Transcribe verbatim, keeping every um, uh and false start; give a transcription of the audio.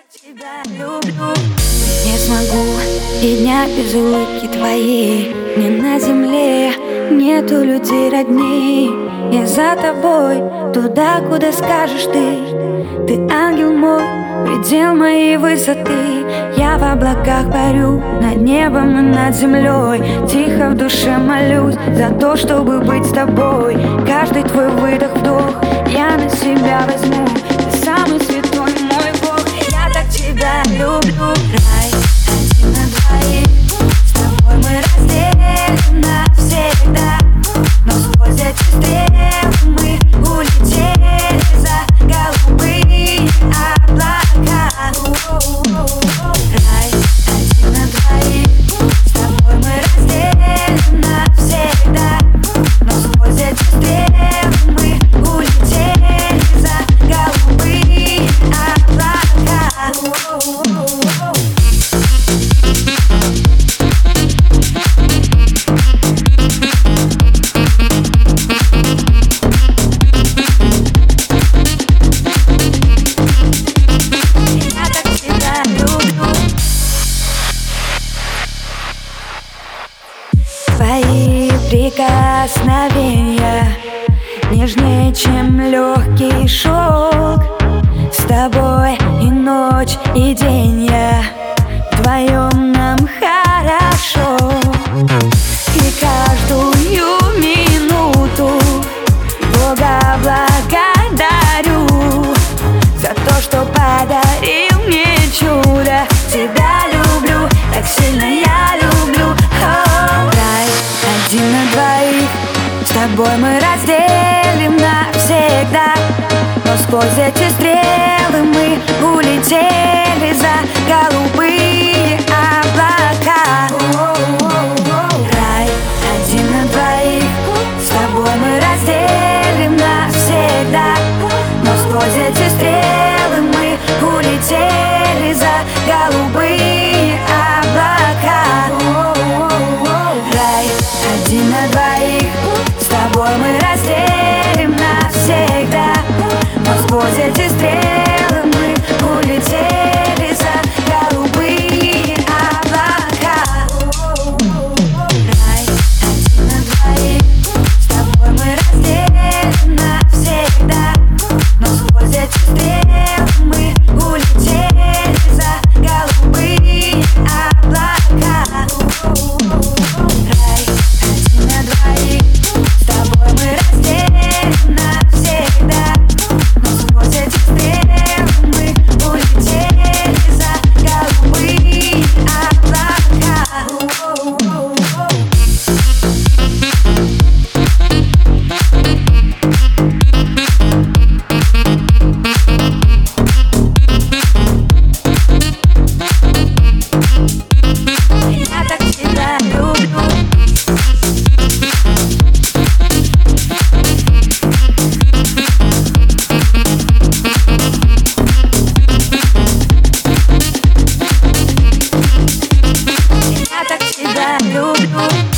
тебя люблю. Не смогу и дня без улыбки твоей. Мне на земле нету людей родней. Я за тобой туда, куда скажешь ты. Ты ангел мой, предел моей высоты. Я в облаках парю, над небом и над землей. Тихо в душе молюсь за то, чтобы быть с тобой. Каждый твой выдох-вдох я на себя возьму. Ты самый святой мой Бог, я так тебя люблю. Рай один на двоих, с тобой мы разделим навсегда. Но сквозь эти стрелы мы улетели за голубые облака. Рай один на двоих, с тобой мы разделим навсегда. Но сквозь эти стрелы мы улетели за голубые облака. Твои прикосновения нежнее, чем легкий шелк. С тобой и ночь, и день я вдвоем нам хорошо. И каждую минуту Бога благодарю за то, что подарил мне чудо. Тебя люблю, так сильно я люблю. Рай один на двоих, с тобой мы разделим навсегда. Но сквозь эти стрелы мы улетели за голубые облака. Рай один на двоих, с тобой мы разделим навсегда. Но сквозь эти стрелы мы улетели за голубые облака. Рай один на двоих, с тобой мы разделим навсегда. Но сквозь эти стрелы мы улетели за голубые облака. Рай один на двоих, с тобой мы разделим навсегда. Но сквозь эти стрелы мы улетели за голубые облака. Рай один на двоих, с тобой мы разделим навсегда. Но сквозь эти стрелы мы улетели за голубые облака. Я так тебя люблю. Я так тебя люблю.